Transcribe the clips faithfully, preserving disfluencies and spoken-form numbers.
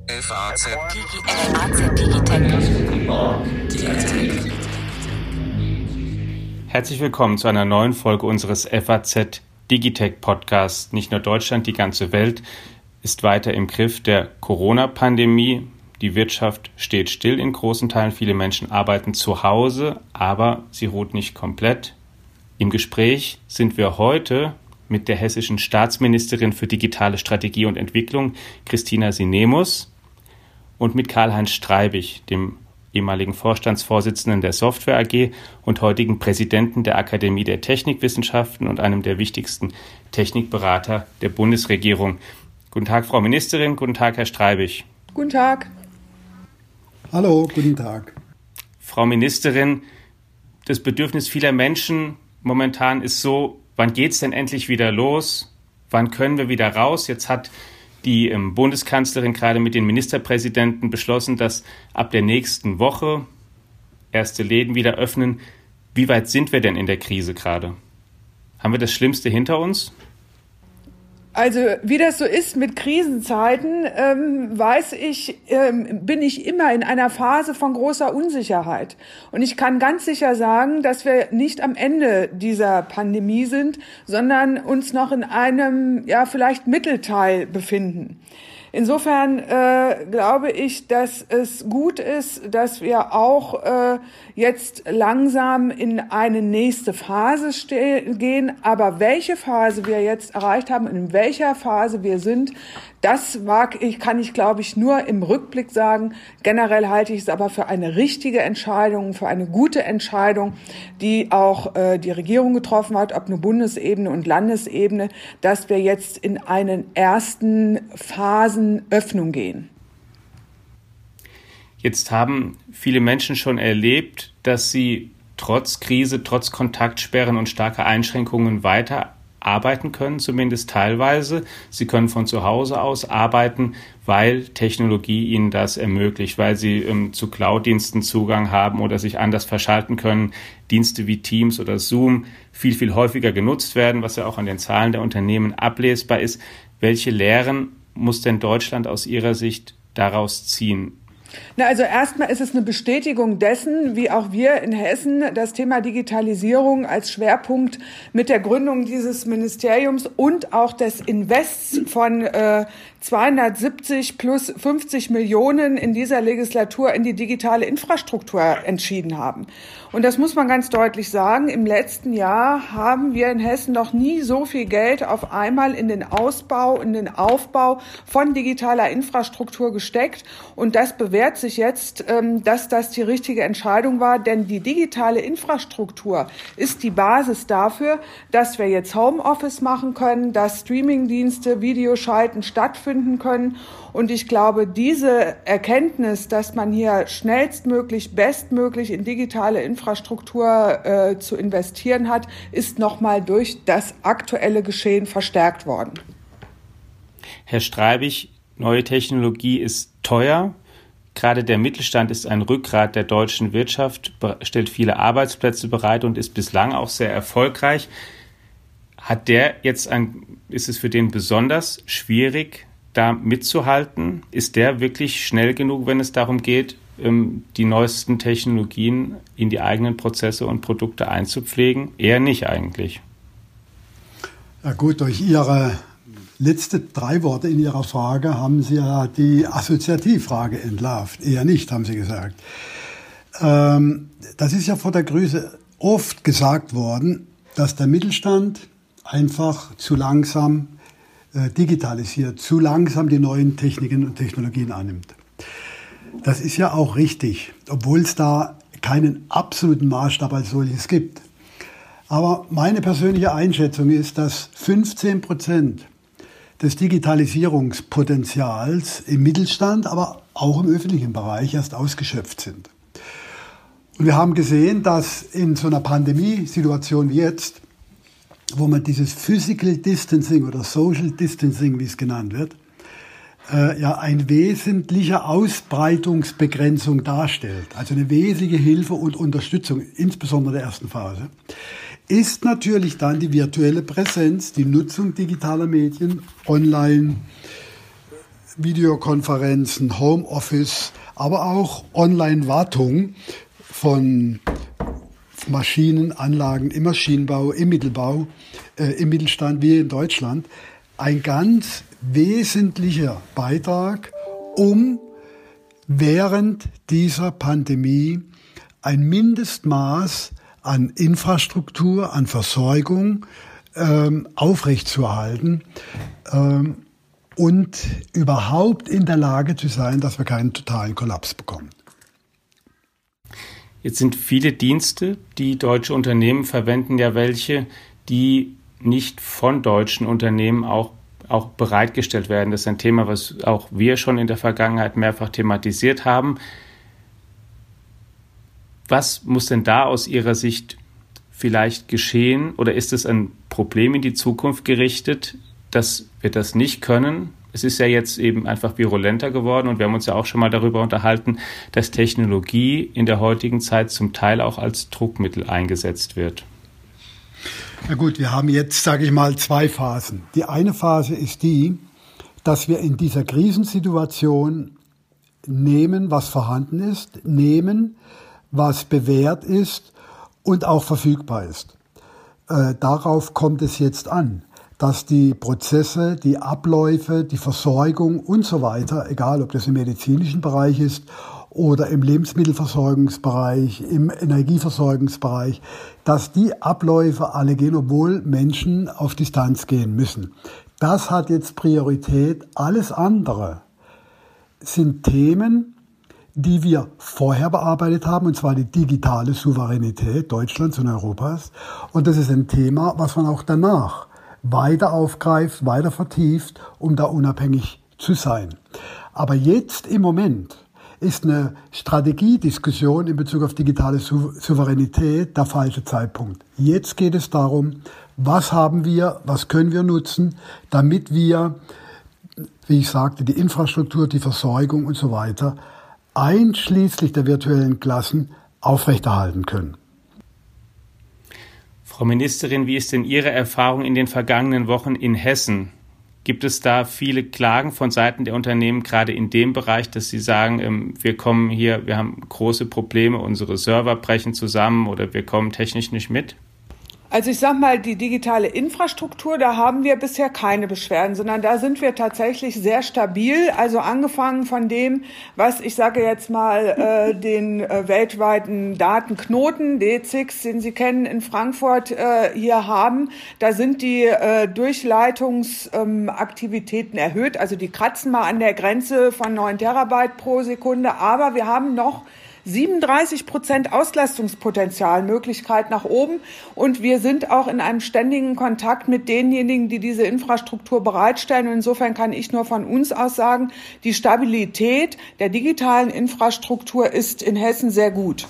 F A Z Digitech. Herzlich willkommen zu einer neuen Folge unseres F A Z Digitech Podcasts. Nicht nur Deutschland, die ganze Welt ist weiter im Griff der Corona-Pandemie. Die Wirtschaft steht still in großen Teilen. Viele Menschen arbeiten zu Hause, aber sie ruht nicht komplett. Im Gespräch sind wir heute mit der hessischen Staatsministerin für digitale Strategie und Entwicklung, Christina Sinemus, und mit Karl-Heinz Streibig, dem ehemaligen Vorstandsvorsitzenden der Software A G und heutigen Präsidenten der Akademie der Technikwissenschaften und einem der wichtigsten Technikberater der Bundesregierung. Guten Tag, Frau Ministerin. Guten Tag, Herr Streibig. Guten Tag. Hallo, guten Tag. Frau Ministerin, das Bedürfnis vieler Menschen momentan ist so, wann geht es denn endlich wieder los? Wann können wir wieder raus? Jetzt hat die ähm, Bundeskanzlerin gerade mit den Ministerpräsidenten beschlossen, dass ab der nächsten Woche erste Läden wieder öffnen. Wie weit sind wir denn in der Krise gerade? Haben wir das Schlimmste hinter uns? Also wie das so ist mit Krisenzeiten, ähm, weiß ich, ähm, bin ich immer in einer Phase von großer Unsicherheit. Und ich kann ganz sicher sagen, dass wir nicht am Ende dieser Pandemie sind, sondern uns noch in einem, ja, vielleicht Mittelteil befinden. Insofern äh, glaube ich, dass es gut ist, dass wir auch äh, jetzt langsam in eine nächste Phase ste- gehen. Aber welche Phase wir jetzt erreicht haben und in welcher Phase wir sind, das mag ich, kann ich, glaube ich, nur im Rückblick sagen. Generell halte ich es aber für eine richtige Entscheidung, für eine gute Entscheidung, die auch äh, die Regierung getroffen hat, ob nur Bundesebene und Landesebene, dass wir jetzt in einen ersten Phasenöffnung gehen. Jetzt haben viele Menschen schon erlebt, dass sie trotz Krise, trotz Kontaktsperren und starker Einschränkungen weiter arbeiten können, zumindest teilweise. Sie können von zu Hause aus arbeiten, weil Technologie ihnen das ermöglicht, weil sie ähm, zu Cloud-Diensten Zugang haben oder sich anders verschalten können. Dienste wie Teams oder Zoom viel, viel häufiger genutzt werden, was ja auch an den Zahlen der Unternehmen ablesbar ist. Welche Lehren muss denn Deutschland aus Ihrer Sicht daraus ziehen? Na, also erstmal ist es eine Bestätigung dessen, wie auch wir in Hessen das Thema Digitalisierung als Schwerpunkt mit der Gründung dieses Ministeriums und auch des Invests von äh, zweihundertsiebzig plus fünfzig Millionen in dieser Legislatur in die digitale Infrastruktur entschieden haben. Und das muss man ganz deutlich sagen. Im letzten Jahr haben wir in Hessen noch nie so viel Geld auf einmal in den Ausbau, in den Aufbau von digitaler Infrastruktur gesteckt. Und das bewährt sich jetzt, dass das die richtige Entscheidung war. Denn die digitale Infrastruktur ist die Basis dafür, dass wir jetzt Homeoffice machen können, dass Streamingdienste, Videoschalten stattfinden können. Und ich glaube, diese Erkenntnis, dass man hier schnellstmöglich, bestmöglich in digitale Infrastruktur äh, zu investieren hat, ist nochmal durch das aktuelle Geschehen verstärkt worden. Herr Streibig, neue Technologie ist teuer. Gerade der Mittelstand ist ein Rückgrat der deutschen Wirtschaft, stellt viele Arbeitsplätze bereit und ist bislang auch sehr erfolgreich. Hat der jetzt ein, ist es für den besonders schwierig, da mitzuhalten? Ist der wirklich schnell genug, wenn es darum geht, die neuesten Technologien in die eigenen Prozesse und Produkte einzupflegen? Eher nicht eigentlich. Ja gut, durch Ihre letzte drei Worte in Ihrer Frage haben Sie ja die Assoziativfrage entlarvt. Eher nicht, haben Sie gesagt. Ähm, das ist ja vor der Krise oft gesagt worden, dass der Mittelstand einfach zu langsam digitalisiert, zu langsam die neuen Techniken und Technologien annimmt. Das ist ja auch richtig, obwohl es da keinen absoluten Maßstab als solches gibt. Aber meine persönliche Einschätzung ist, dass fünfzehn Prozent des Digitalisierungspotenzials im Mittelstand, aber auch im öffentlichen Bereich erst ausgeschöpft sind. Und wir haben gesehen, dass in so einer Pandemiesituation wie jetzt, wo man dieses Physical Distancing oder Social Distancing, wie es genannt wird, äh, ja eine wesentliche Ausbreitungsbegrenzung darstellt, also eine wesentliche Hilfe und Unterstützung, insbesondere der ersten Phase, ist natürlich dann die virtuelle Präsenz, die Nutzung digitaler Medien, online, Videokonferenzen, Homeoffice, aber auch Online-Wartung von Maschinen, Anlagen im Maschinenbau, im Mittelbau, äh, im Mittelstand wie in Deutschland, ein ganz wesentlicher Beitrag, um während dieser Pandemie ein Mindestmaß an Infrastruktur, an Versorgung ähm, aufrechtzuerhalten ähm, und überhaupt in der Lage zu sein, dass wir keinen totalen Kollaps bekommen. Jetzt sind viele Dienste, die deutsche Unternehmen verwenden, ja welche, die nicht von deutschen Unternehmen auch, auch bereitgestellt werden. Das ist ein Thema, was auch wir schon in der Vergangenheit mehrfach thematisiert haben. Was muss denn da aus Ihrer Sicht vielleicht geschehen oder ist es ein Problem in die Zukunft gerichtet, dass wir das nicht können? Es ist ja jetzt eben einfach virulenter geworden und wir haben uns ja auch schon mal darüber unterhalten, dass Technologie in der heutigen Zeit zum Teil auch als Druckmittel eingesetzt wird. Na gut, wir haben jetzt, sage ich mal, zwei Phasen. Die eine Phase ist die, dass wir in dieser Krisensituation nehmen, was vorhanden ist, nehmen, was bewährt ist und auch verfügbar ist. Äh, darauf kommt es jetzt an, dass die Prozesse, die Abläufe, die Versorgung und so weiter, egal ob das im medizinischen Bereich ist oder im Lebensmittelversorgungsbereich, im Energieversorgungsbereich, dass die Abläufe alle gehen, obwohl Menschen auf Distanz gehen müssen. Das hat jetzt Priorität. Alles andere sind Themen, die wir vorher bearbeitet haben, und zwar die digitale Souveränität Deutschlands und Europas. Und das ist ein Thema, was man auch danach weiter aufgreift, weiter vertieft, um da unabhängig zu sein. Aber jetzt im Moment ist eine Strategiediskussion in Bezug auf digitale Sou- Souveränität der falsche Zeitpunkt. Jetzt geht es darum, was haben wir, was können wir nutzen, damit wir, wie ich sagte, die Infrastruktur, die Versorgung und so weiter, einschließlich der virtuellen Klassen, aufrechterhalten können. Frau Ministerin, wie ist denn Ihre Erfahrung in den vergangenen Wochen in Hessen? Gibt es da viele Klagen von Seiten der Unternehmen, gerade in dem Bereich, dass sie sagen, wir kommen hier, wir haben große Probleme, unsere Server brechen zusammen oder wir kommen technisch nicht mit? Also ich sag mal, die digitale Infrastruktur, da haben wir bisher keine Beschwerden, sondern da sind wir tatsächlich sehr stabil. Also angefangen von dem, was ich sage jetzt mal, äh, den äh, weltweiten Datenknoten, D Z I X, den Sie kennen in Frankfurt, äh, hier haben. Da sind die äh, Durchleitungsaktivitäten ähm, erhöht. Also die kratzen mal an der Grenze von neun Terabyte pro Sekunde. Aber wir haben noch siebenunddreißig Prozent Auslastungspotenzial, Möglichkeit nach oben. Und wir sind auch in einem ständigen Kontakt mit denjenigen, die diese Infrastruktur bereitstellen. Und insofern kann ich nur von uns aus sagen, die Stabilität der digitalen Infrastruktur ist in Hessen sehr gut.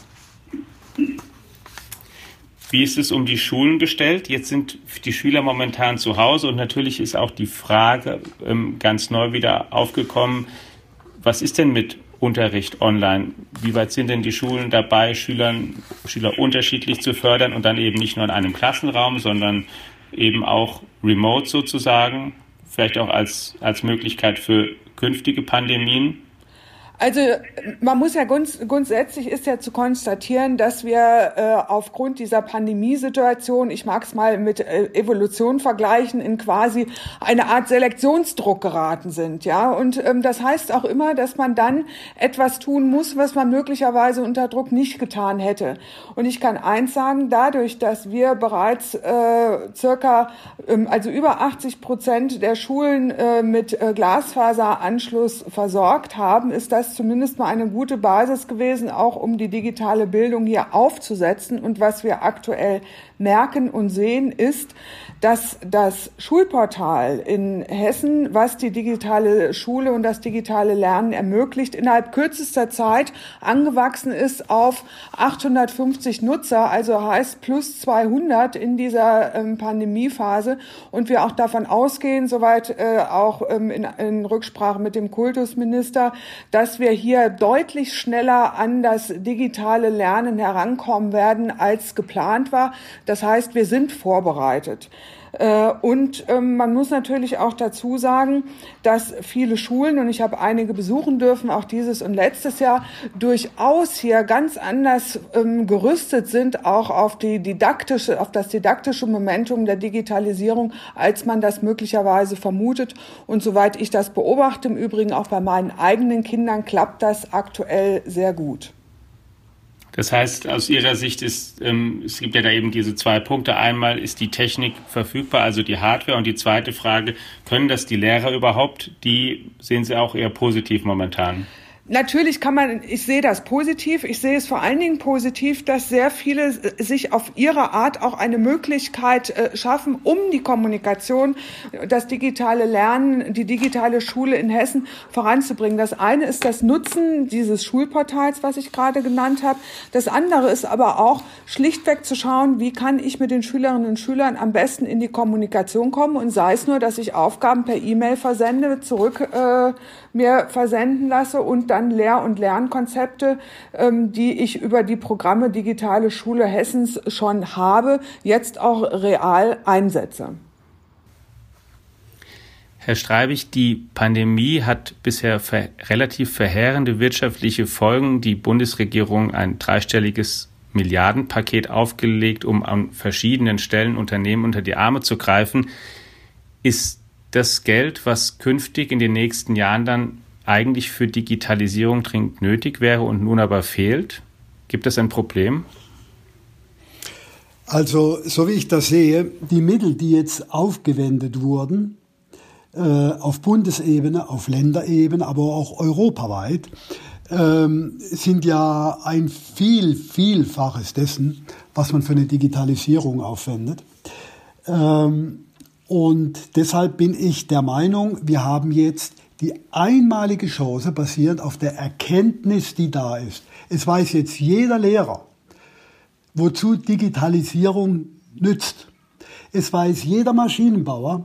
Wie ist es um die Schulen bestellt? Jetzt sind die Schüler momentan zu Hause und natürlich ist auch die Frage ähm, ganz neu wieder aufgekommen, was ist denn mit Unterricht online? Wie weit sind denn die Schulen dabei, Schülern, Schüler unterschiedlich zu fördern und dann eben nicht nur in einem Klassenraum, sondern eben auch remote sozusagen, vielleicht auch als, als Möglichkeit für künftige Pandemien? Also man muss ja grunds- grundsätzlich ist ja zu konstatieren, dass wir äh, aufgrund dieser Pandemiesituation, ich mag es mal mit äh, Evolution vergleichen, in quasi eine Art Selektionsdruck geraten sind, ja. Und ähm, das heißt auch immer, dass man dann etwas tun muss, was man möglicherweise unter Druck nicht getan hätte. Und ich kann eins sagen: Dadurch, dass wir bereits äh, circa, ähm, also über achtzig Prozent der Schulen äh, mit äh, Glasfaseranschluss versorgt haben, ist das zumindest mal eine gute Basis gewesen, auch um die digitale Bildung hier aufzusetzen. Und was wir aktuell merken und sehen, ist, dass das Schulportal in Hessen, was die digitale Schule und das digitale Lernen ermöglicht, innerhalb kürzester Zeit angewachsen ist auf achthundertfünfzig Nutzer, also heißt plus zweihundert in dieser ähm, Pandemiephase. Und wir auch davon ausgehen, soweit äh, auch ähm, in, in Rücksprache mit dem Kultusminister, dass wir hier deutlich schneller an das digitale Lernen herankommen werden, als geplant war. Das heißt, wir sind vorbereitet. Und man muss natürlich auch dazu sagen, dass viele Schulen, und ich habe einige besuchen dürfen, auch dieses und letztes Jahr, durchaus hier ganz anders gerüstet sind, auch auf die didaktische, auf das didaktische Momentum der Digitalisierung, als man das möglicherweise vermutet. Und soweit ich das beobachte, im Übrigen auch bei meinen eigenen Kindern, klappt das aktuell sehr gut. Das heißt, aus Ihrer Sicht ist, ähm, es gibt ja da eben diese zwei Punkte. Einmal ist die Technik verfügbar, also die Hardware. Und die zweite Frage, können das die Lehrer überhaupt? Die sehen Sie auch eher positiv momentan. Natürlich kann man, ich sehe das positiv, ich sehe es vor allen Dingen positiv, dass sehr viele sich auf ihre Art auch eine Möglichkeit äh, schaffen, um die Kommunikation, das digitale Lernen, die digitale Schule in Hessen voranzubringen. Das eine ist das Nutzen dieses Schulportals, was ich gerade genannt habe. Das andere ist aber auch schlichtweg zu schauen, wie kann ich mit den Schülerinnen und Schülern am besten in die Kommunikation kommen, und sei es nur, dass ich Aufgaben per E-Mail versende, zurück äh, mir versenden lasse und dann Lehr- und Lernkonzepte, ähm, die ich über die Programme Digitale Schule Hessens schon habe, jetzt auch real einsetze. Herr Streibig, die Pandemie hat bisher ver- relativ verheerende wirtschaftliche Folgen. Die Bundesregierung ein dreistelliges Milliardenpaket aufgelegt, um an verschiedenen Stellen Unternehmen unter die Arme zu greifen. Ist das Geld, was künftig in den nächsten Jahren dann eigentlich für Digitalisierung dringend nötig wäre und nun aber fehlt? Gibt es ein Problem? Also, so wie ich das sehe, die Mittel, die jetzt aufgewendet wurden, äh, auf Bundesebene, auf Länderebene, aber auch europaweit, ähm, sind ja ein viel, Vielfaches dessen, was man für eine Digitalisierung aufwendet. Ähm, Und deshalb bin ich der Meinung, wir haben jetzt die einmalige Chance, basierend auf der Erkenntnis, die da ist. Es weiß jetzt jeder Lehrer, wozu Digitalisierung nützt. Es weiß jeder Maschinenbauer,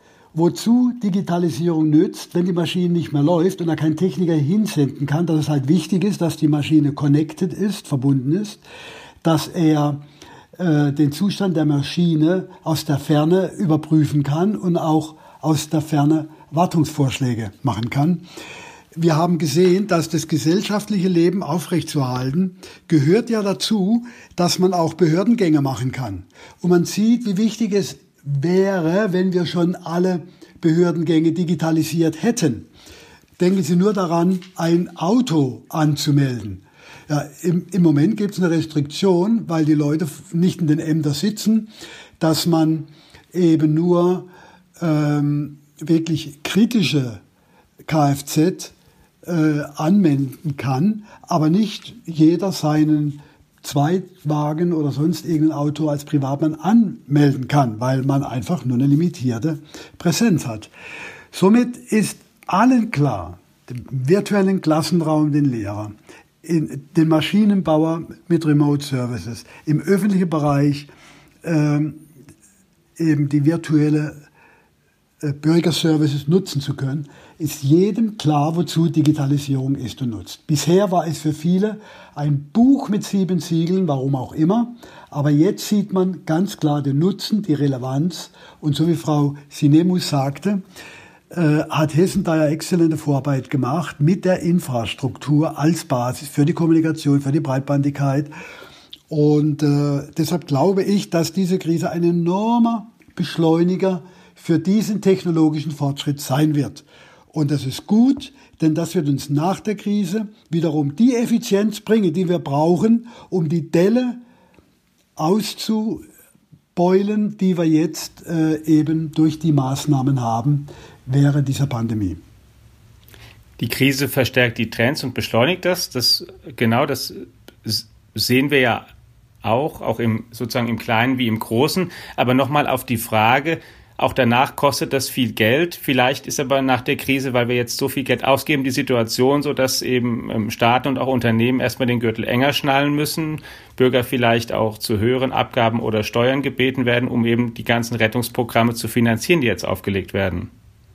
wozu Digitalisierung nützt, wenn die Maschine nicht mehr läuft und er keinen Techniker hinsenden kann, dass es halt wichtig ist, dass die Maschine connected ist, verbunden ist, dass er den Zustand der Maschine aus der Ferne überprüfen kann und auch aus der Ferne Wartungsvorschläge machen kann. Wir haben gesehen, dass das gesellschaftliche Leben aufrechtzuerhalten gehört ja dazu, dass man auch Behördengänge machen kann. Und man sieht, wie wichtig es wäre, wenn wir schon alle Behördengänge digitalisiert hätten. Denken Sie nur daran, ein Auto anzumelden. Ja, im, im Moment gibt es eine Restriktion, weil die Leute nicht in den Ämtern sitzen, dass man eben nur ähm, wirklich kritische Kfz äh, anmelden kann, aber nicht jeder seinen Zweitwagen oder sonst irgendein Auto als Privatmann anmelden kann, weil man einfach nur eine limitierte Präsenz hat. Somit ist allen klar, dem virtuellen Klassenraum, den Lehrer, in den Maschinenbauer mit Remote Services, im öffentlichen Bereich ähm, eben die virtuelle äh, Bürgerservices nutzen zu können, ist jedem klar, wozu Digitalisierung ist und nutzt. Bisher war es für viele ein Buch mit sieben Siegeln, warum auch immer, aber jetzt sieht man ganz klar den Nutzen, die Relevanz, und so wie Frau Sinemus sagte, Äh, hat Hessen da ja exzellente Vorarbeit gemacht mit der Infrastruktur als Basis für die Kommunikation, für die Breitbandigkeit. Und äh, deshalb glaube ich, dass diese Krise ein enormer Beschleuniger für diesen technologischen Fortschritt sein wird. Und das ist gut, denn das wird uns nach der Krise wiederum die Effizienz bringen, die wir brauchen, um die Delle auszubeulen, die wir jetzt äh, eben durch die Maßnahmen haben während dieser Pandemie. Die Krise verstärkt die Trends und beschleunigt das. Das genau das sehen wir ja auch, auch im, sozusagen im Kleinen wie im Großen. Aber nochmal auf die Frage, auch danach kostet das viel Geld. Vielleicht ist aber nach der Krise, weil wir jetzt so viel Geld ausgeben, die Situation so, dass eben Staaten und auch Unternehmen erstmal den Gürtel enger schnallen müssen, Bürger vielleicht auch zu höheren Abgaben oder Steuern gebeten werden, um eben die ganzen Rettungsprogramme zu finanzieren, die jetzt aufgelegt werden.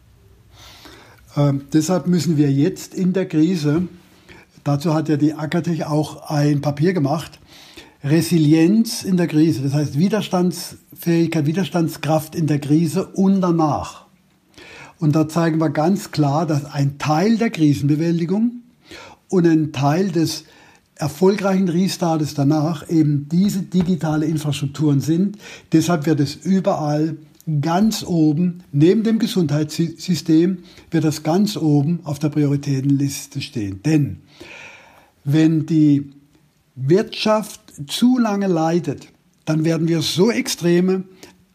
Ähm, deshalb müssen wir jetzt in der Krise, dazu hat ja die Akatech auch ein Papier gemacht, Resilienz in der Krise, das heißt Widerstandsfähigkeit, Widerstandskraft in der Krise und danach. Und da zeigen wir ganz klar, dass ein Teil der Krisenbewältigung und ein Teil des erfolgreichen Restartes danach eben diese digitale Infrastrukturen sind. Deshalb wird es überall ganz oben, neben dem Gesundheitssystem, wird das ganz oben auf der Prioritätenliste stehen. Denn wenn die Wirtschaft zu lange leidet, dann werden wir so extreme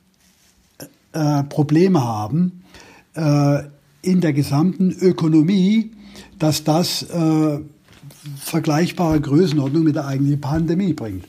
äh, Probleme haben äh, in der gesamten Ökonomie, dass das äh, vergleichbare Größenordnung mit der eigentlichen Pandemie bringt.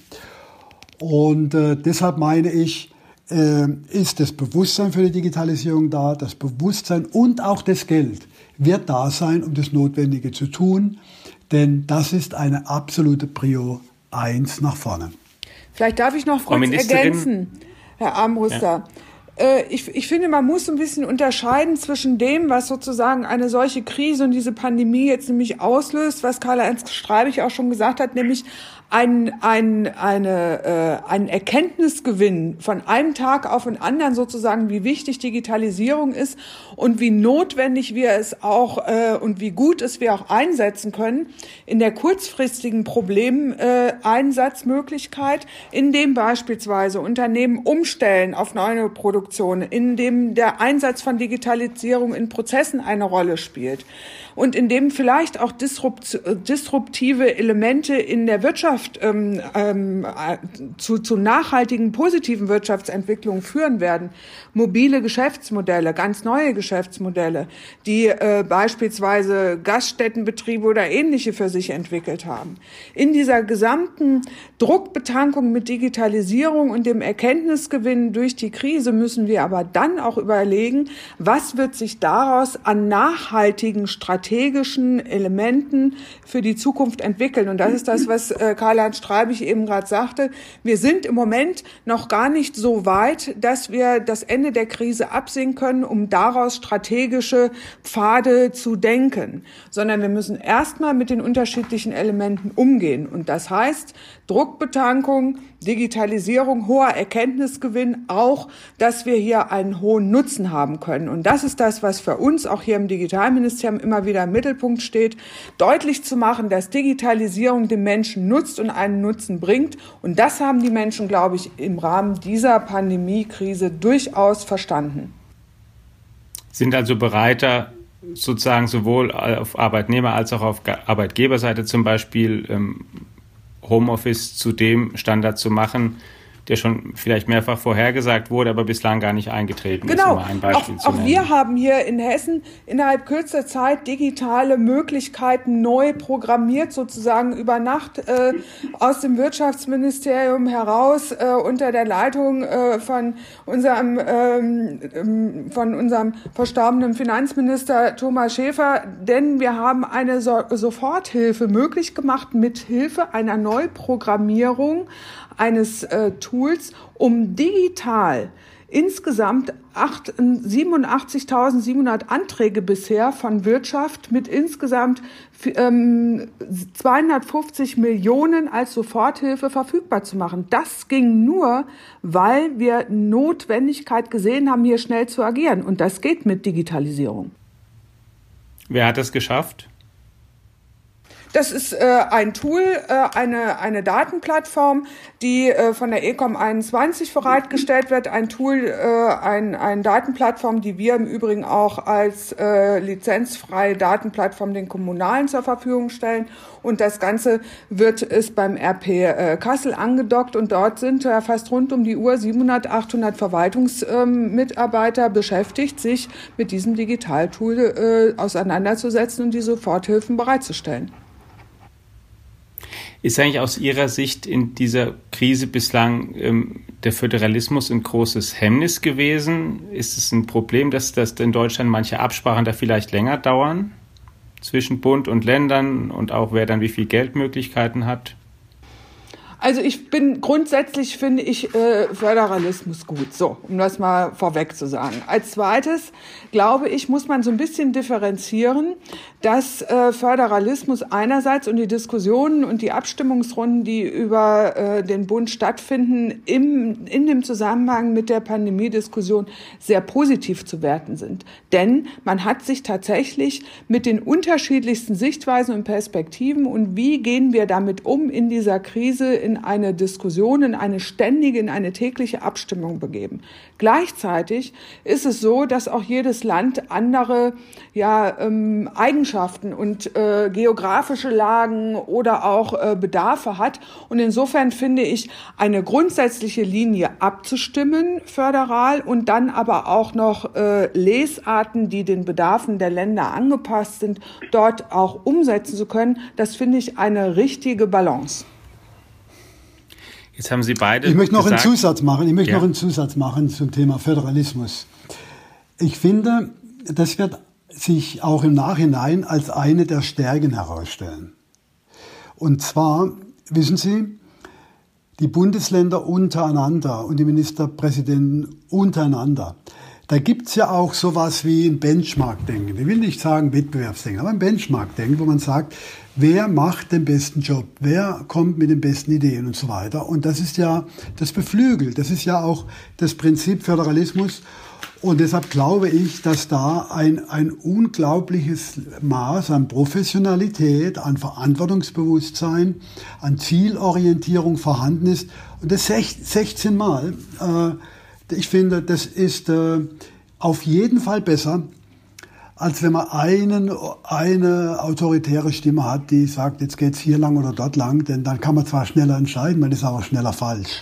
Und äh, deshalb meine ich, äh, ist das Bewusstsein für die Digitalisierung da, das Bewusstsein und auch das Geld wird da sein, um das Notwendige zu tun, denn das ist eine absolute Prio eins nach vorne. Vielleicht darf ich noch kurz ergänzen, Herr Armbruster. Ja. Ich, ich finde, man muss ein bisschen unterscheiden zwischen dem, was sozusagen eine solche Krise und diese Pandemie jetzt nämlich auslöst, was Karl-Heinz Streibich auch schon gesagt hat, nämlich ein, ein, eine, äh, ein Erkenntnisgewinn von einem Tag auf den anderen sozusagen, wie wichtig Digitalisierung ist und wie notwendig wir es auch äh, und wie gut es wir auch einsetzen können in der kurzfristigen Problemeinsatzmöglichkeit, äh, in dem beispielsweise Unternehmen umstellen auf neue Produktion, in dem der Einsatz von Digitalisierung in Prozessen eine Rolle spielt und in dem vielleicht auch disrupt, disruptive Elemente in der Wirtschaft ähm, ähm, zu, zu nachhaltigen, positiven Wirtschaftsentwicklungen führen werden. Mobile Geschäftsmodelle, ganz neue Geschäftsmodelle, die äh, beispielsweise Gaststättenbetriebe oder ähnliche für sich entwickelt haben. In dieser gesamten Druckbetankung mit Digitalisierung und dem Erkenntnisgewinn durch die Krise müssen wir aber dann auch überlegen, was wird sich daraus an nachhaltigen strategischen Elementen für die Zukunft entwickeln. Und das ist das, was äh, Karl-Heinz Streibich eben gerade sagte. Wir sind im Moment noch gar nicht so weit, dass wir das Ende der Krise absehen können, um daraus strategische Pfade zu denken, sondern wir müssen erstmal mit den unterschiedlichen Elementen umgehen. Und das heißt, Druckbetankung, Digitalisierung, hoher Erkenntnisgewinn, auch, dass wir hier einen hohen Nutzen haben können. Und das ist das, was für uns auch hier im Digitalministerium immer wieder im Mittelpunkt steht, deutlich zu machen, dass Digitalisierung dem Menschen nutzt und einen Nutzen bringt. Und das haben die Menschen, glaube ich, im Rahmen dieser Pandemiekrise durchaus verstanden. Sind also bereiter, sozusagen sowohl auf Arbeitnehmer- als auch auf Arbeitgeberseite zum Beispiel ähm, Homeoffice zu dem Standard zu machen, der schon vielleicht mehrfach vorhergesagt wurde, aber bislang gar nicht eingetreten genau. ist, um mal ein Beispiel auch, zu nennen. Auch wir haben hier in Hessen innerhalb kürzester Zeit digitale Möglichkeiten neu programmiert, sozusagen über Nacht äh, aus dem Wirtschaftsministerium heraus äh, unter der Leitung äh, von unserem ähm, von unserem verstorbenen Finanzminister Thomas Schäfer, denn wir haben eine so- Soforthilfe möglich gemacht mit Hilfe einer Neuprogrammierung eines äh, Tools, um digital insgesamt siebenundachtzigtausendsiebenhundert Anträge bisher von Wirtschaft mit insgesamt ähm, zweihundertfünfzig Millionen als Soforthilfe verfügbar zu machen. Das ging nur, weil wir Notwendigkeit gesehen haben, hier schnell zu agieren. Und das geht mit Digitalisierung. Wer hat das geschafft? Das ist äh, ein Tool, äh, eine eine Datenplattform, die äh, von der Ecom einundzwanzig bereitgestellt wird. Ein Tool, äh, ein eine Datenplattform, die wir im Übrigen auch als äh, lizenzfreie Datenplattform den Kommunalen zur Verfügung stellen. Und das Ganze wird ist beim R P äh, Kassel angedockt und dort sind äh, fast rund um die Uhr siebenhundert, achthundert Verwaltungsmitarbeiter ähm, beschäftigt, sich mit diesem Digitaltool äh, auseinanderzusetzen und die Soforthilfen bereitzustellen. Ist eigentlich aus Ihrer Sicht in dieser Krise bislang ähm, der Föderalismus ein großes Hemmnis gewesen? Ist es ein Problem, dass, dass in Deutschland manche Absprachen da vielleicht länger dauern zwischen Bund und Ländern und auch wer dann wie viel Geldmöglichkeiten hat? Also ich bin grundsätzlich, finde ich, äh, Föderalismus gut, so, um das mal vorweg zu sagen. Als zweites, glaube ich, muss man so ein bisschen differenzieren, dass äh, Föderalismus einerseits und die Diskussionen und die Abstimmungsrunden, die über äh, den Bund stattfinden, im, in dem Zusammenhang mit der Pandemiediskussion sehr positiv zu werten sind. Denn man hat sich tatsächlich mit den unterschiedlichsten Sichtweisen und Perspektiven und wie gehen wir damit um in dieser Krise in eine Diskussion, in eine ständige, in eine tägliche Abstimmung begeben. Gleichzeitig ist es so, dass auch jedes Land andere ja, ähm, Eigenschaften und äh, geografische Lagen oder auch äh, Bedarfe hat. Und insofern finde ich, eine grundsätzliche Linie abzustimmen, föderal, und dann aber auch noch äh, Lesarten, die den Bedarfen der Länder angepasst sind, dort auch umsetzen zu können, das finde ich eine richtige Balance. Jetzt haben Sie beide Ich möchte noch gesagt, einen Zusatz machen. Ich möchte ja. noch einen Zusatz machen zum Thema Föderalismus. Ich finde, das wird sich auch im Nachhinein als eine der Stärken herausstellen. Und zwar, wissen Sie, die Bundesländer untereinander und die Ministerpräsidenten untereinander, da gibt's ja auch sowas wie ein Benchmark-Denken. Ich will nicht sagen Wettbewerbsdenken, aber ein Benchmark-Denken, wo man sagt, wer macht den besten Job, wer kommt mit den besten Ideen und so weiter. Und das ist ja das beflügelt, das ist ja auch das Prinzip Föderalismus. Und deshalb glaube ich, dass da ein, ein unglaubliches Maß an Professionalität, an Verantwortungsbewusstsein, an Zielorientierung vorhanden ist. Und das sechzehn Mal. Äh, ich finde, das ist äh, auf jeden Fall besser, als wenn man einen, eine autoritäre Stimme hat, die sagt, jetzt geht's hier lang oder dort lang, denn dann kann man zwar schneller entscheiden, man ist aber schneller falsch.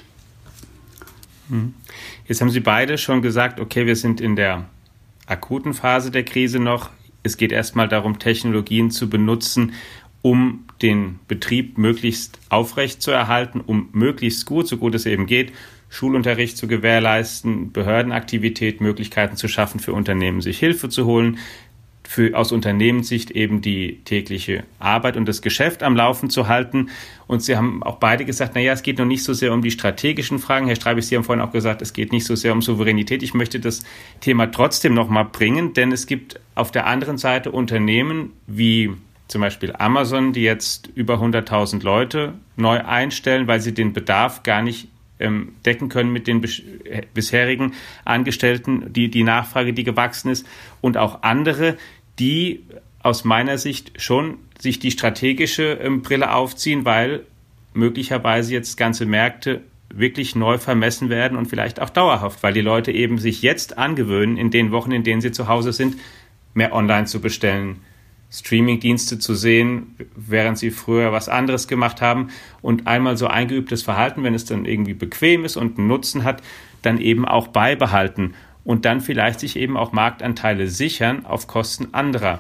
Jetzt haben Sie beide schon gesagt, okay, wir sind in der akuten Phase der Krise noch. Es geht erstmal darum, Technologien zu benutzen, um den Betrieb möglichst aufrecht zu erhalten, um möglichst gut, so gut es eben geht, Schulunterricht zu gewährleisten, Behördenaktivität, Möglichkeiten zu schaffen für Unternehmen, sich Hilfe zu holen, für aus Unternehmenssicht eben die tägliche Arbeit und das Geschäft am Laufen zu halten. Und Sie haben auch beide gesagt, naja, es geht noch nicht so sehr um die strategischen Fragen. Herr Streibich, Sie haben vorhin auch gesagt, es geht nicht so sehr um Souveränität. Ich möchte das Thema trotzdem noch mal bringen, denn es gibt auf der anderen Seite Unternehmen wie zum Beispiel Amazon, die jetzt über hunderttausend Leute neu einstellen, weil sie den Bedarf gar nicht ähm, decken können mit den bis- bisherigen Angestellten, die, die Nachfrage, die gewachsen ist, und auch andere, die aus meiner Sicht schon sich die strategische ähm, Brille aufziehen, weil möglicherweise jetzt ganze Märkte wirklich neu vermessen werden und vielleicht auch dauerhaft, weil die Leute eben sich jetzt angewöhnen, in den Wochen, in denen sie zu Hause sind, mehr online zu bestellen, Streaming-Dienste zu sehen, während sie früher was anderes gemacht haben, und einmal so eingeübtes Verhalten, wenn es dann irgendwie bequem ist und einen Nutzen hat, dann eben auch beibehalten und dann vielleicht sich eben auch Marktanteile sichern auf Kosten anderer.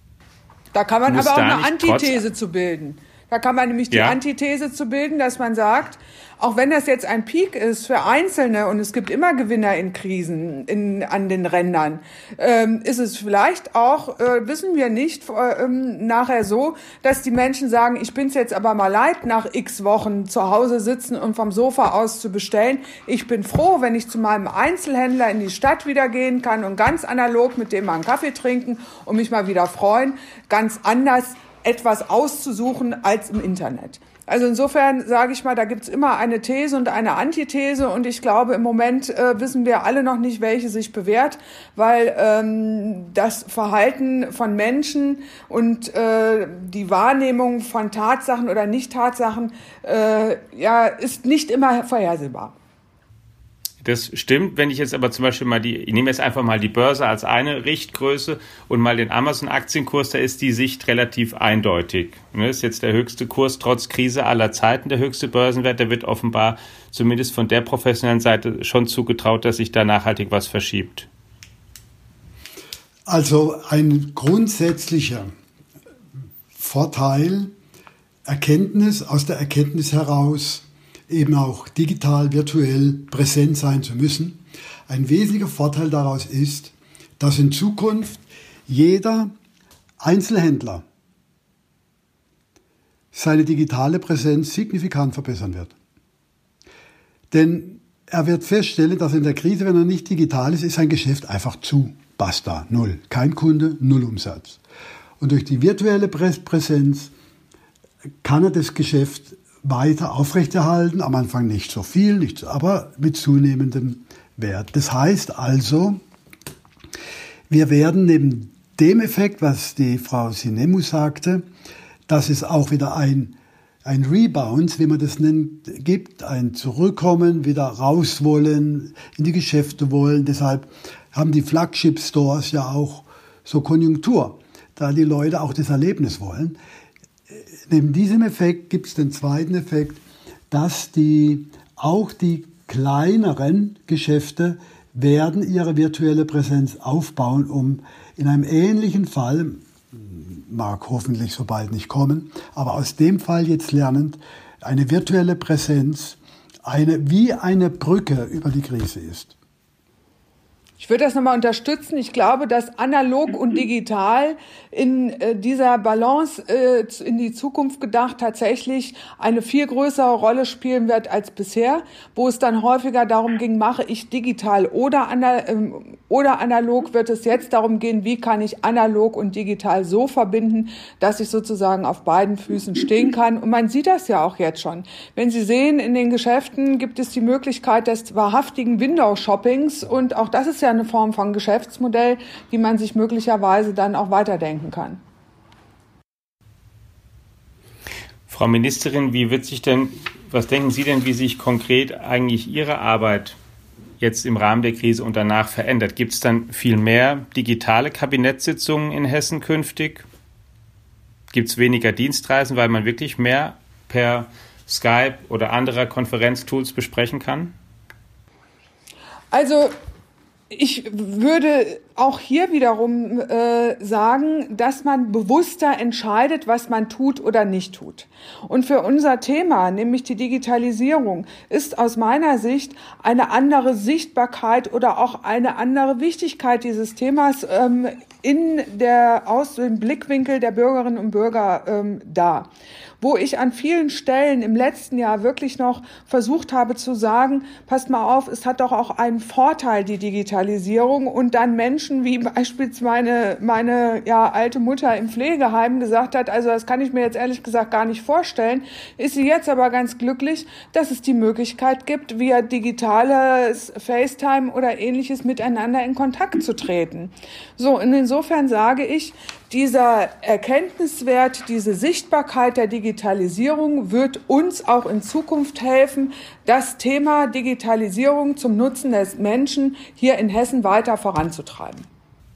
Da kann man Muss aber auch da eine nicht Antithese trotz- zu bilden. Da kann man nämlich die Ja. Antithese zu bilden, dass man sagt, auch wenn das jetzt ein Peak ist für Einzelne und es gibt immer Gewinner in Krisen in, an den Rändern, ähm, ist es vielleicht auch, äh, wissen wir nicht, äh, ähm, nachher so, dass die Menschen sagen, ich bin's jetzt aber mal leid, nach x Wochen zu Hause sitzen und vom Sofa aus zu bestellen. Ich bin froh, wenn ich zu meinem Einzelhändler in die Stadt wieder gehen kann und ganz analog mit dem mal einen Kaffee trinken und mich mal wieder freuen, ganz anders etwas auszusuchen als im Internet. Also insofern sage ich mal, da gibt's immer eine These und eine Antithese, und ich glaube, im Moment äh, wissen wir alle noch nicht, welche sich bewährt, weil ähm, das Verhalten von Menschen und äh, die Wahrnehmung von Tatsachen oder Nicht-Tatsachen äh, ja, ist nicht immer vorhersehbar. Das stimmt, wenn ich jetzt aber zum Beispiel mal die, ich nehme jetzt einfach mal die Börse als eine Richtgröße und mal den Amazon-Aktienkurs, da ist die Sicht relativ eindeutig. Das ist jetzt der höchste Kurs trotz Krise aller Zeiten, der höchste Börsenwert, der wird offenbar zumindest von der professionellen Seite schon zugetraut, dass sich da nachhaltig was verschiebt. Also ein grundsätzlicher Vorteil, Erkenntnis, aus der Erkenntnis heraus, eben auch digital, virtuell präsent sein zu müssen. Ein wesentlicher Vorteil daraus ist, dass in Zukunft jeder Einzelhändler seine digitale Präsenz signifikant verbessern wird. Denn er wird feststellen, dass in der Krise, wenn er nicht digital ist, ist sein Geschäft einfach zu. Basta, null. Kein Kunde, null Umsatz. Und durch die virtuelle Präsenz kann er das Geschäft weiter aufrechterhalten. Am Anfang nicht so viel, nicht so, aber mit zunehmendem Wert. Das heißt also, wir werden neben dem Effekt, was die Frau Sinemu sagte, dass es auch wieder ein, ein Rebound, wie man das nennt, gibt, ein Zurückkommen, wieder raus wollen, in die Geschäfte wollen. Deshalb haben die Flagship-Stores ja auch so Konjunktur, da die Leute auch das Erlebnis wollen. Neben diesem Effekt gibt es den zweiten Effekt, dass die, auch die kleineren Geschäfte werden ihre virtuelle Präsenz aufbauen, um in einem ähnlichen Fall, mag hoffentlich so bald nicht kommen, aber aus dem Fall jetzt lernend, eine virtuelle Präsenz eine, wie eine Brücke über die Krise ist. Ich würde das nochmal unterstützen. Ich glaube, dass analog und digital in äh, dieser Balance äh, in die Zukunft gedacht tatsächlich eine viel größere Rolle spielen wird als bisher, wo es dann häufiger darum ging, mache ich digital oder, ana- ähm, oder analog, wird es jetzt darum gehen, wie kann ich analog und digital so verbinden, dass ich sozusagen auf beiden Füßen stehen kann. Und man sieht das ja auch jetzt schon. Wenn Sie sehen, in den Geschäften gibt es die Möglichkeit des wahrhaftigen Window-Shoppings, und auch das ist ja eine Form von Geschäftsmodell, die man sich möglicherweise dann auch weiterdenken kann. Frau Ministerin, wie wird sich denn, was denken Sie denn, wie sich konkret eigentlich Ihre Arbeit jetzt im Rahmen der Krise und danach verändert? Gibt es dann viel mehr digitale Kabinettssitzungen in Hessen künftig? Gibt es weniger Dienstreisen, weil man wirklich mehr per Skype oder anderer Konferenztools besprechen kann? Also ich würde auch hier wiederum äh, sagen, dass man bewusster entscheidet, was man tut oder nicht tut. Und für unser Thema, nämlich die Digitalisierung, ist aus meiner Sicht eine andere Sichtbarkeit oder auch eine andere Wichtigkeit dieses Themas ähm, in der, aus dem Blickwinkel der Bürgerinnen und Bürger ähm, da. Wo ich an vielen Stellen im letzten Jahr wirklich noch versucht habe zu sagen, passt mal auf, es hat doch auch einen Vorteil, die Digitalisierung, und dann Menschen wie beispielsweise meine, meine ja, alte Mutter im Pflegeheim gesagt hat, also das kann ich mir jetzt ehrlich gesagt gar nicht vorstellen, ist sie jetzt aber ganz glücklich, dass es die Möglichkeit gibt, via digitales FaceTime oder ähnliches miteinander in Kontakt zu treten. So, und insofern sage ich, dieser Erkenntniswert, diese Sichtbarkeit der Digitalisierung wird uns auch in Zukunft helfen, das Thema Digitalisierung zum Nutzen des Menschen hier in Hessen weiter voranzutreiben.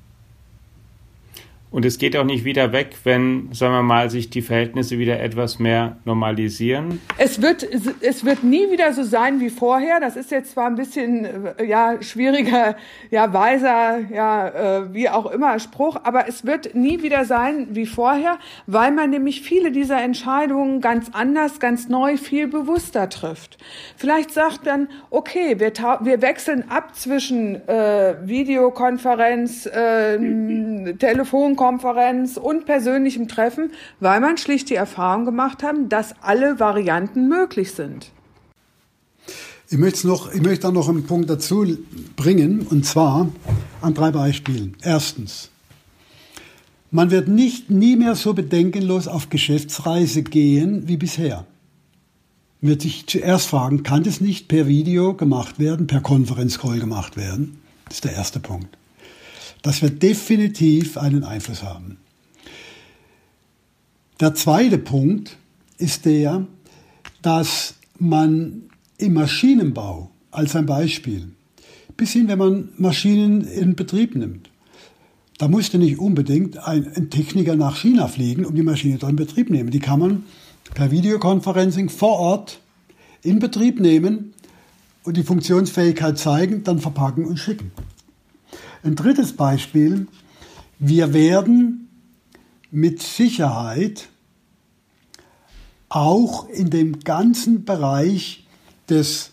Und es geht auch nicht wieder weg, wenn, sagen wir mal, sich die Verhältnisse wieder etwas mehr normalisieren? Es wird, es wird nie wieder so sein wie vorher. Das ist jetzt zwar ein bisschen, ja, schwieriger, ja, weiser, ja, äh, wie auch immer Spruch, aber es wird nie wieder sein wie vorher, weil man nämlich viele dieser Entscheidungen ganz anders, ganz neu, viel bewusster trifft. Vielleicht sagt man, okay, wir, ta- wir wechseln ab zwischen äh, Videokonferenz, äh, Telefonkonferenz und persönlichem Treffen, weil man schlicht die Erfahrung gemacht haben, dass alle Varianten möglich sind. Ich möchte, noch, ich möchte da noch einen Punkt dazu bringen, und zwar an drei Beispielen. Erstens, man wird nicht nie mehr so bedenkenlos auf Geschäftsreise gehen wie bisher. Man wird sich zuerst fragen, kann das nicht per Video gemacht werden, per Konferenzcall gemacht werden? Das ist der erste Punkt. Das wird definitiv einen Einfluss haben. Der zweite Punkt ist der, dass man im Maschinenbau, als ein Beispiel, bis hin, wenn man Maschinen in Betrieb nimmt, da musste nicht unbedingt ein, ein Techniker nach China fliegen, um die Maschine dort in Betrieb zu nehmen. Die kann man per Videoconferencing vor Ort in Betrieb nehmen und die Funktionsfähigkeit zeigen, dann verpacken und schicken. Ein drittes Beispiel, wir werden mit Sicherheit auch in dem ganzen Bereich des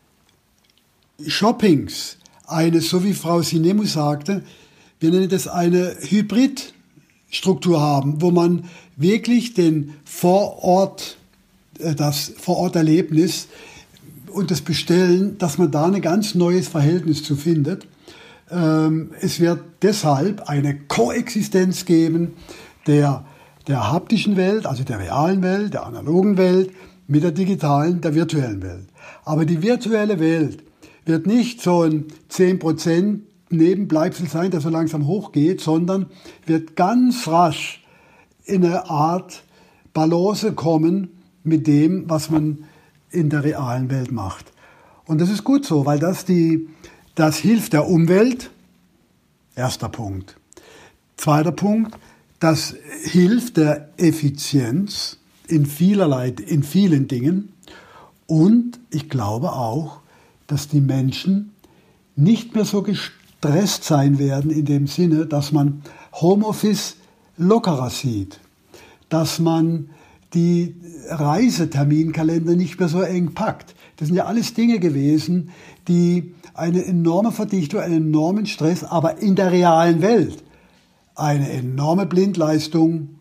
Shoppings eine, so wie Frau Sinemu sagte, wir nennen das eine Hybridstruktur haben, wo man wirklich den Vorort, das Vororterlebnis und das Bestellen, dass man da ein ganz neues Verhältnis zu findet. Ähm, es wird deshalb eine Koexistenz geben der, der haptischen Welt, also der realen Welt, der analogen Welt, mit der digitalen, der virtuellen Welt. Aber die virtuelle Welt wird nicht so ein zehn Prozent Nebenbleibsel sein, der so langsam hochgeht, sondern wird ganz rasch in eine Art Balance kommen mit dem, was man in der realen Welt macht. Und das ist gut so, weil das, die, das hilft der Umwelt. Erster Punkt. Zweiter Punkt, das hilft der Effizienz in vielerlei, in vielen Dingen. Und ich glaube auch, dass die Menschen nicht mehr so gestresst sein werden in dem Sinne, dass man Homeoffice lockerer sieht, dass man die Reiseterminkalender nicht mehr so eng packt. Das sind ja alles Dinge gewesen, die eine enorme Verdichtung, einen enormen Stress, aber in der realen Welt eine enorme Blindleistung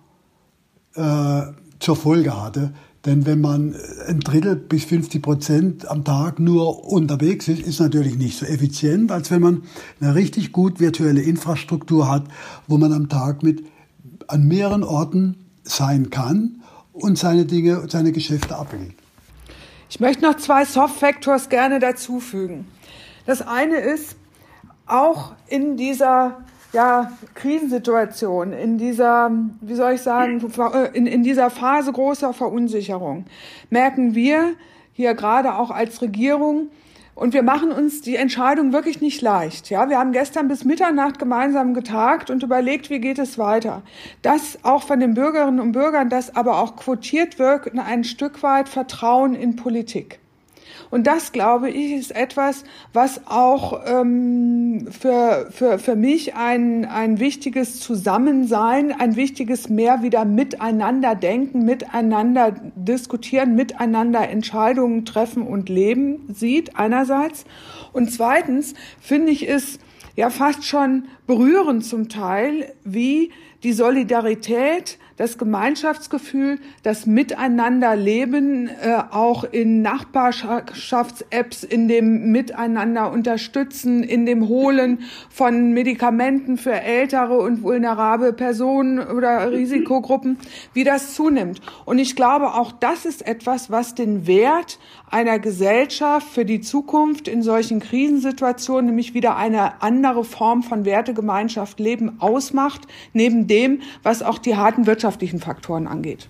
äh, zur Folge hatte. Denn wenn man ein Drittel bis fünfzig Prozent am Tag nur unterwegs ist, ist natürlich nicht so effizient, als wenn man eine richtig gut virtuelle Infrastruktur hat, wo man am Tag mit an mehreren Orten sein kann und seine Dinge, seine Geschäfte abwickelt. Ich möchte noch zwei Soft Factors gerne dazufügen. Das eine ist, auch in dieser ja, Krisensituation, in dieser, wie soll ich sagen, in, in dieser Phase großer Verunsicherung, merken wir hier gerade auch als Regierung, und wir machen uns die Entscheidung wirklich nicht leicht. Ja, wir haben gestern bis Mitternacht gemeinsam getagt und überlegt, wie geht es weiter. Das auch von den Bürgerinnen und Bürgern, das aber auch quotiert wirkt, ein Stück weit Vertrauen in Politik. Und das, glaube ich, ist etwas, was auch ähm, für, für, für mich ein, ein wichtiges Zusammensein, ein wichtiges mehr wieder miteinander denken, miteinander diskutieren, miteinander Entscheidungen treffen und leben sieht einerseits. Und zweitens finde ich es ja fast schon berührend zum Teil, wie die Solidarität, das Gemeinschaftsgefühl, das Miteinanderleben äh, auch in Nachbarschafts-Apps, in dem Miteinander unterstützen, in dem Holen von Medikamenten für ältere und vulnerable Personen oder Risikogruppen, wie das zunimmt. Und ich glaube, auch das ist etwas, was den Wert einer Gesellschaft für die Zukunft in solchen Krisensituationen, nämlich wieder eine andere Form von Wertegemeinschaft leben, ausmacht, neben dem, was auch die harten wirtschaftlichen Faktoren angeht.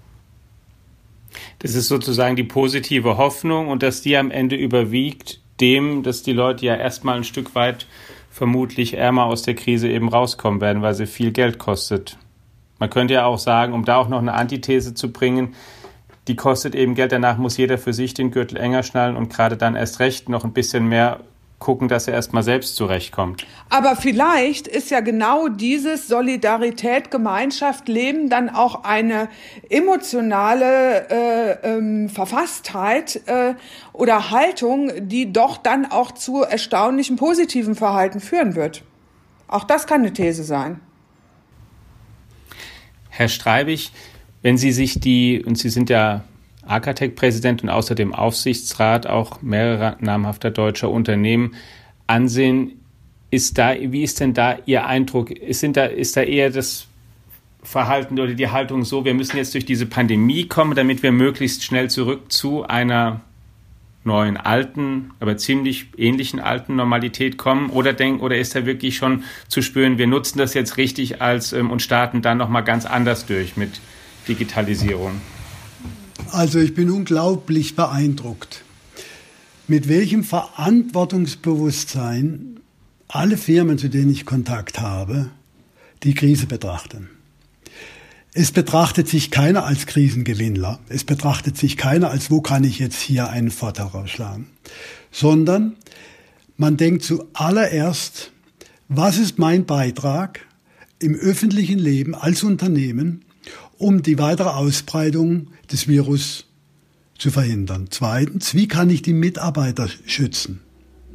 Das ist sozusagen die positive Hoffnung und dass die am Ende überwiegt dem, dass die Leute ja erstmal ein Stück weit vermutlich ärmer aus der Krise eben rauskommen werden, weil sie viel Geld kostet. Man könnte ja auch sagen, um da auch noch eine Antithese zu bringen, die kostet eben Geld, danach muss jeder für sich den Gürtel enger schnallen und gerade dann erst recht noch ein bisschen mehr gucken, dass er erstmal selbst zurechtkommt. Aber vielleicht ist ja genau dieses Solidarität, Gemeinschaft, Leben dann auch eine emotionale äh, ähm, Verfasstheit äh, oder Haltung, die doch dann auch zu erstaunlichem positiven Verhalten führen wird. Auch das kann eine These sein. Herr Streibig, wenn Sie sich die, und Sie sind ja Arcatec-Präsident und außerdem Aufsichtsrat auch mehrerer namhafter deutscher Unternehmen ansehen, ist da, wie ist denn da Ihr Eindruck? Ist, sind da, ist da eher das Verhalten oder die Haltung so, wir müssen jetzt durch diese Pandemie kommen, damit wir möglichst schnell zurück zu einer neuen, alten, aber ziemlich ähnlichen alten Normalität kommen? Oder denk, oder ist da wirklich schon zu spüren, wir nutzen das jetzt richtig als ähm, und starten dann nochmal ganz anders durch mit Digitalisierung? Also ich bin unglaublich beeindruckt, mit welchem Verantwortungsbewusstsein alle Firmen, zu denen ich Kontakt habe, die Krise betrachten. Es betrachtet sich keiner als Krisengewinnler, es betrachtet sich keiner als, wo kann ich jetzt hier einen Vorteil rausschlagen, sondern man denkt zuallererst, was ist mein Beitrag im öffentlichen Leben als Unternehmen, um die weitere Ausbreitung des Virus zu verhindern. Zweitens, wie kann ich die Mitarbeiter schützen?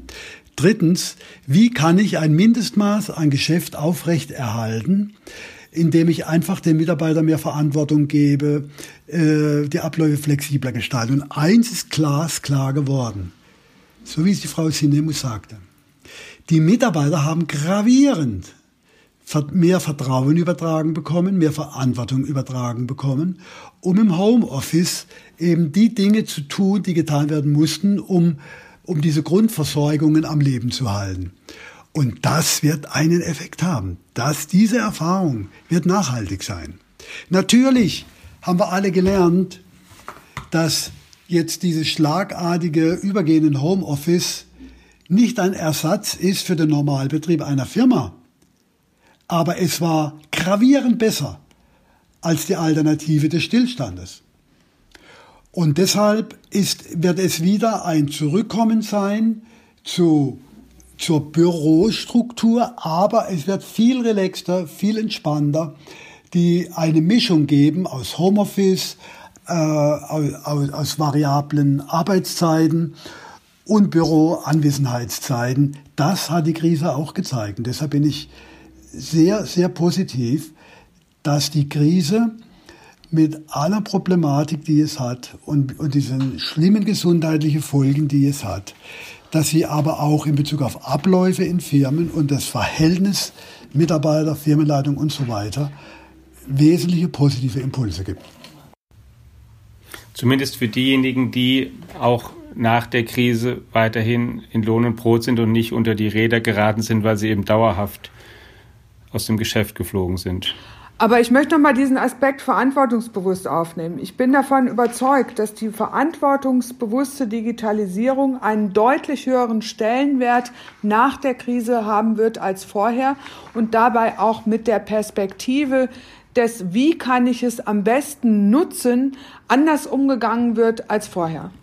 Drittens, wie kann ich ein Mindestmaß an Geschäft aufrechterhalten, indem ich einfach den Mitarbeitern mehr Verantwortung gebe, äh, die Abläufe flexibler gestalte. Und eins ist glasklar geworden, so wie es die Frau Sinemus sagte. Die Mitarbeiter haben gravierend mehr Vertrauen übertragen bekommen, mehr Verantwortung übertragen bekommen, um im Homeoffice eben die Dinge zu tun, die getan werden mussten, um, um diese Grundversorgungen am Leben zu halten. Und das wird einen Effekt haben. Das, diese Erfahrung wird nachhaltig sein. Natürlich haben wir alle gelernt, dass jetzt dieses schlagartige Übergehen in Homeoffice nicht ein Ersatz ist für den Normalbetrieb einer Firma. Aber es war gravierend besser als die Alternative des Stillstandes. Und deshalb ist, wird es wieder ein Zurückkommen sein zu, zur Bürostruktur, aber es wird viel relaxter, viel entspannter, die eine Mischung geben aus Homeoffice, äh, aus, aus, aus variablen Arbeitszeiten und Büroanwesenheitszeiten. Das hat die Krise auch gezeigt. Und deshalb bin ich sehr, sehr positiv, dass die Krise mit aller Problematik, die es hat und, und diesen schlimmen gesundheitlichen Folgen, die es hat, dass sie aber auch in Bezug auf Abläufe in Firmen und das Verhältnis Mitarbeiter, Firmenleitung und so weiter wesentliche positive Impulse gibt. Zumindest für diejenigen, die auch nach der Krise weiterhin in Lohn und Brot sind und nicht unter die Räder geraten sind, weil sie eben dauerhaft aus dem Geschäft geflogen sind. Aber ich möchte noch mal diesen Aspekt verantwortungsbewusst aufnehmen. Ich bin davon überzeugt, dass die verantwortungsbewusste Digitalisierung einen deutlich höheren Stellenwert nach der Krise haben wird als vorher und dabei auch mit der Perspektive des, wie kann ich es am besten nutzen, anders umgegangen wird als vorher.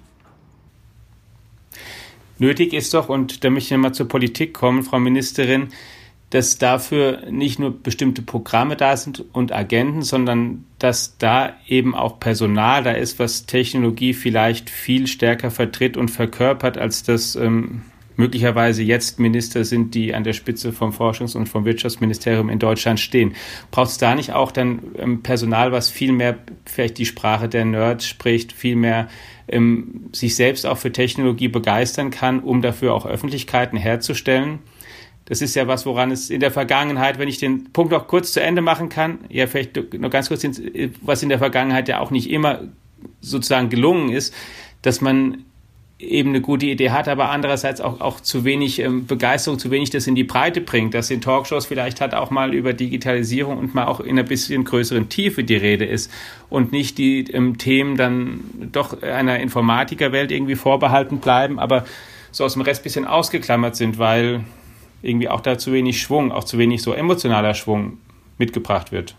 Nötig ist doch, und da möchte ich mal zur Politik kommen, Frau Ministerin, dass dafür nicht nur bestimmte Programme da sind und Agenten, sondern dass da eben auch Personal da ist, was Technologie vielleicht viel stärker vertritt und verkörpert, als das ähm, möglicherweise jetzt Minister sind, die an der Spitze vom Forschungs- und vom Wirtschaftsministerium in Deutschland stehen. Braucht es da nicht auch dann ähm, Personal, was viel mehr vielleicht die Sprache der Nerds spricht, viel mehr ähm, sich selbst auch für Technologie begeistern kann, um dafür auch Öffentlichkeiten herzustellen? Das ist ja was, woran es in der Vergangenheit, wenn ich den Punkt noch kurz zu Ende machen kann, ja vielleicht noch ganz kurz, was in der Vergangenheit ja auch nicht immer sozusagen gelungen ist, dass man eben eine gute Idee hat, aber andererseits auch, auch zu wenig ähm, Begeisterung, zu wenig das in die Breite bringt, dass in Talkshows vielleicht halt auch mal über Digitalisierung und mal auch in einer bisschen größeren Tiefe die Rede ist und nicht die ähm, Themen dann doch einer Informatikerwelt irgendwie vorbehalten bleiben, aber so aus dem Rest bisschen ausgeklammert sind, weil irgendwie auch da zu wenig Schwung, auch zu wenig so emotionaler Schwung mitgebracht wird.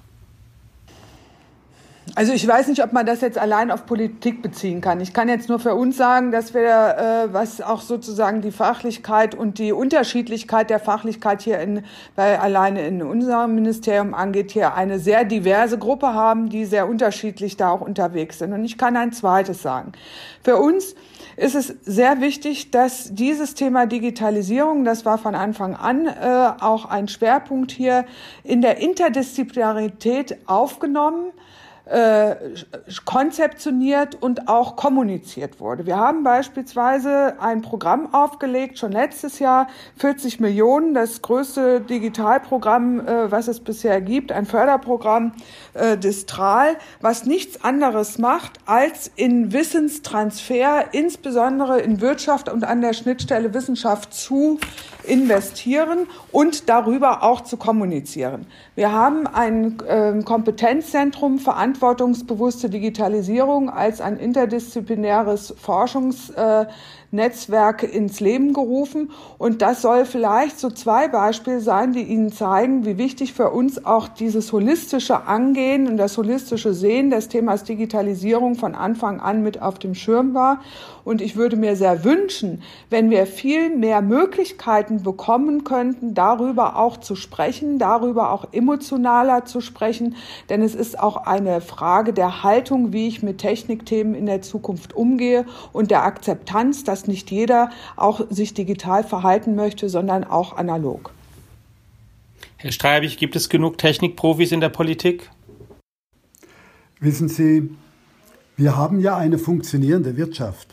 Also ich weiß nicht, ob man das jetzt allein auf Politik beziehen kann. Ich kann jetzt nur für uns sagen, dass wir, äh, was auch sozusagen die Fachlichkeit und die Unterschiedlichkeit der Fachlichkeit hier in, weil alleine in unserem Ministerium angeht, hier eine sehr diverse Gruppe haben, die sehr unterschiedlich da auch unterwegs sind. Und ich kann ein zweites sagen. Für uns ist es sehr wichtig, dass dieses Thema Digitalisierung, das war von Anfang an äh, auch ein Schwerpunkt hier, in der Interdisziplinarität aufgenommen, äh, konzeptioniert und auch kommuniziert wurde. Wir haben beispielsweise ein Programm aufgelegt, schon letztes Jahr, vierzig Millionen, das größte Digitalprogramm, äh, was es bisher gibt, ein Förderprogramm äh, Distral, was nichts anderes macht, als in Wissenstransfer, insbesondere in Wirtschaft und an der Schnittstelle Wissenschaft zu investieren und darüber auch zu kommunizieren. Wir haben ein äh, Kompetenzzentrum verantwortungsbewusste Digitalisierung als ein interdisziplinäres Forschungsnetzwerk äh, ins Leben gerufen. Und das soll vielleicht so zwei Beispiele sein, die Ihnen zeigen, wie wichtig für uns auch dieses holistische Angehen und das holistische Sehen des Themas Digitalisierung von Anfang an mit auf dem Schirm war. Und ich würde mir sehr wünschen, wenn wir viel mehr Möglichkeiten bekommen könnten, darüber auch zu sprechen, darüber auch emotionaler zu sprechen. Denn es ist auch eine Frage der Haltung, wie ich mit Technikthemen in der Zukunft umgehe und der Akzeptanz, dass nicht jeder auch sich digital verhalten möchte, sondern auch analog. Herr Streibich, gibt es genug Technikprofis in der Politik? Wissen Sie, wir haben ja eine funktionierende Wirtschaft.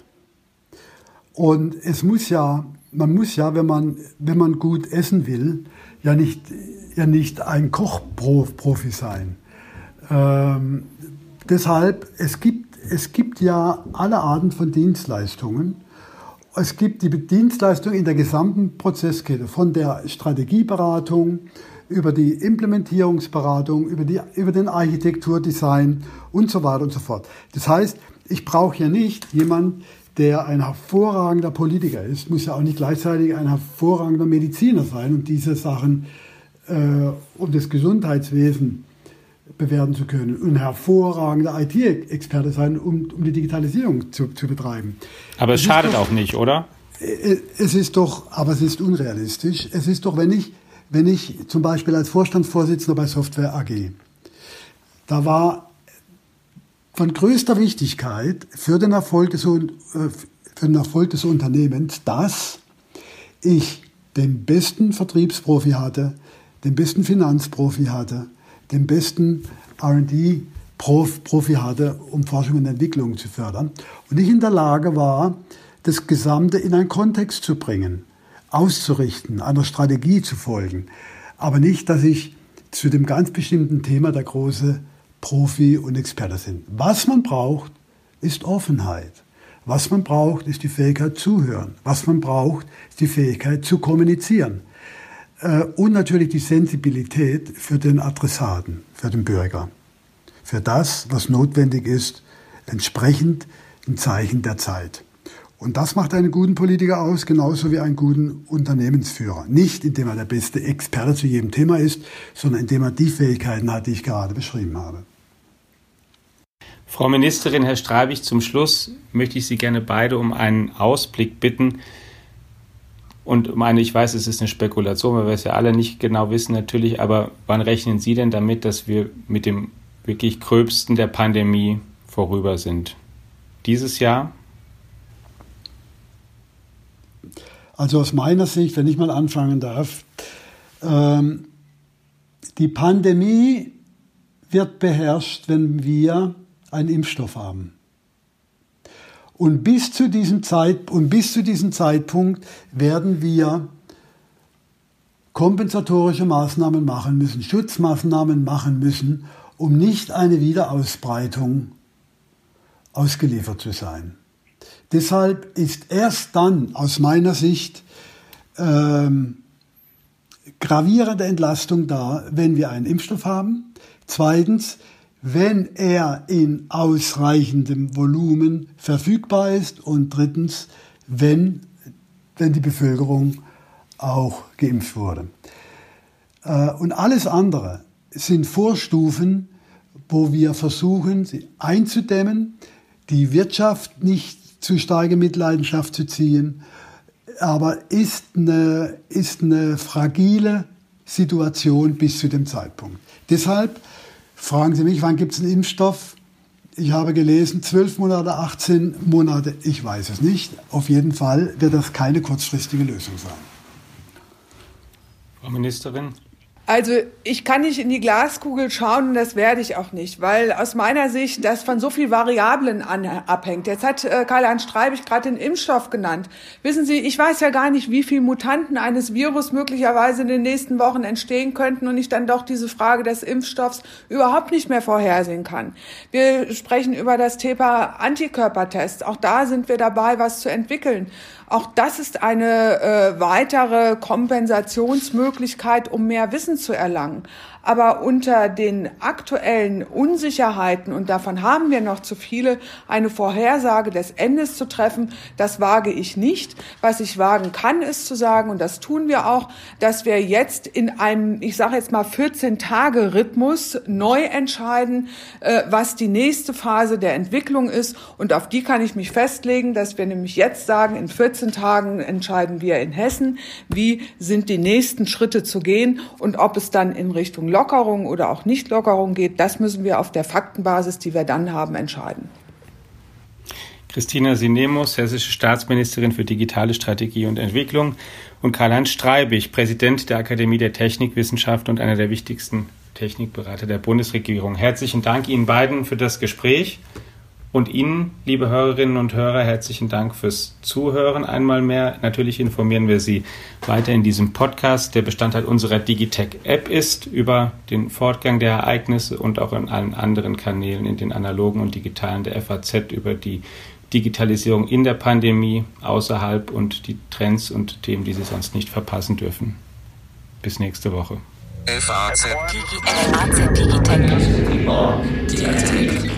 Und es muss ja, man muss ja, wenn man, wenn man gut essen will, ja nicht, ja nicht ein Kochprofi sein. Ähm, deshalb, es gibt, es gibt ja alle Arten von Dienstleistungen. Es gibt die Dienstleistung in der gesamten Prozesskette, von der Strategieberatung über die Implementierungsberatung, über, die, über den Architekturdesign und so weiter und so fort. Das heißt, ich brauche ja nicht jemanden, der ein hervorragender Politiker ist, muss ja auch nicht gleichzeitig ein hervorragender Mediziner sein und diese Sachen äh, um das Gesundheitswesen bewerten zu können und ein hervorragender I T-Experte sein, um, um die Digitalisierung zu, zu betreiben. Aber es, es schadet doch, auch nicht, oder? Es ist doch, aber es ist unrealistisch. Es ist doch, wenn ich, wenn ich zum Beispiel als Vorstandsvorsitzender bei Software A G, da war von größter Wichtigkeit für den Erfolg des, für den Erfolg des Unternehmens, dass ich den besten Vertriebsprofi hatte, den besten Finanzprofi hatte, den besten R und D-Profi hatte, um Forschung und Entwicklung zu fördern. Und ich in der Lage war, das Gesamte in einen Kontext zu bringen, auszurichten, einer Strategie zu folgen. Aber nicht, dass ich zu dem ganz bestimmten Thema der große Profi und Experte bin. Was man braucht, ist Offenheit. Was man braucht, ist die Fähigkeit zuhören. Was man braucht, ist die Fähigkeit zu kommunizieren. Und natürlich die Sensibilität für den Adressaten, für den Bürger. Für das, was notwendig ist, entsprechend im Zeichen der Zeit. Und das macht einen guten Politiker aus, genauso wie einen guten Unternehmensführer. Nicht, indem er der beste Experte zu jedem Thema ist, sondern indem er die Fähigkeiten hat, die ich gerade beschrieben habe. Frau Ministerin, Herr Streibich, zum Schluss möchte ich Sie gerne beide um einen Ausblick bitten. Und um eine, ich weiß, es ist eine Spekulation, weil wir es ja alle nicht genau wissen natürlich, aber wann rechnen Sie denn damit, dass wir mit dem wirklich Gröbsten der Pandemie vorüber sind? Dieses Jahr? Also aus meiner Sicht, wenn ich mal anfangen darf, ähm, die Pandemie wird beherrscht, wenn wir einen Impfstoff haben. Und bis zu diesem Zeit, und bis zu diesem Zeitpunkt werden wir kompensatorische Maßnahmen machen müssen, Schutzmaßnahmen machen müssen, um nicht eine Wiederausbreitung ausgeliefert zu sein. Deshalb ist erst dann aus meiner Sicht ähm, gravierende Entlastung da, wenn wir einen Impfstoff haben. Zweitens, wenn er in ausreichendem Volumen verfügbar ist. Und drittens, wenn, wenn die Bevölkerung auch geimpft wurde. Äh, und alles andere sind Vorstufen, wo wir versuchen, sie einzudämmen, die Wirtschaft nicht zu starke Mitleidenschaft zu ziehen, aber ist eine, ist eine fragile Situation bis zu dem Zeitpunkt. Deshalb fragen Sie mich, wann gibt es einen Impfstoff? Ich habe gelesen, zwölf Monate, achtzehn Monate, ich weiß es nicht. Auf jeden Fall wird das keine kurzfristige Lösung sein. Frau Ministerin? Also ich kann nicht in die Glaskugel schauen und das werde ich auch nicht, weil aus meiner Sicht das von so viel Variablen an, abhängt. Jetzt hat äh, Karl-Heinz Streibich gerade den Impfstoff genannt. Wissen Sie, ich weiß ja gar nicht, wie viele Mutanten eines Virus möglicherweise in den nächsten Wochen entstehen könnten und ich dann doch diese Frage des Impfstoffs überhaupt nicht mehr vorhersehen kann. Wir sprechen über das Thema Antikörpertests. Auch da sind wir dabei, was zu entwickeln. Auch das ist eine äh, weitere Kompensationsmöglichkeit, um mehr Wissen zu erlangen. Aber unter den aktuellen Unsicherheiten, und davon haben wir noch zu viele, eine Vorhersage des Endes zu treffen, das wage ich nicht. Was ich wagen kann, ist zu sagen, und das tun wir auch, dass wir jetzt in einem, ich sage jetzt mal vierzehn-Tage-Rhythmus neu entscheiden, äh, was die nächste Phase der Entwicklung ist. Und auf die kann ich mich festlegen, dass wir nämlich jetzt sagen, in vierzehn Tagen entscheiden wir in Hessen, wie sind die nächsten Schritte zu gehen und ob es dann in Richtung Lockerung oder auch Nicht-Lockerung geht, das müssen wir auf der Faktenbasis, die wir dann haben, entscheiden. Christina Sinemus, hessische Staatsministerin für digitale Strategie und Entwicklung, und Karl-Heinz Streibig, Präsident der Akademie der Technikwissenschaft und einer der wichtigsten Technikberater der Bundesregierung. Herzlichen Dank Ihnen beiden für das Gespräch und Ihnen, liebe Hörerinnen und Hörer, herzlichen Dank fürs Zuhören einmal mehr. Natürlich informieren wir Sie weiter in diesem Podcast, der Bestandteil unserer Digitech-App ist, über den Fortgang der Ereignisse und auch in allen anderen Kanälen, in den analogen und digitalen der F A Z, über die Digitalisierung in der Pandemie, außerhalb und die Trends und Themen, die Sie sonst nicht verpassen dürfen. Bis nächste Woche. F A Z Digitech.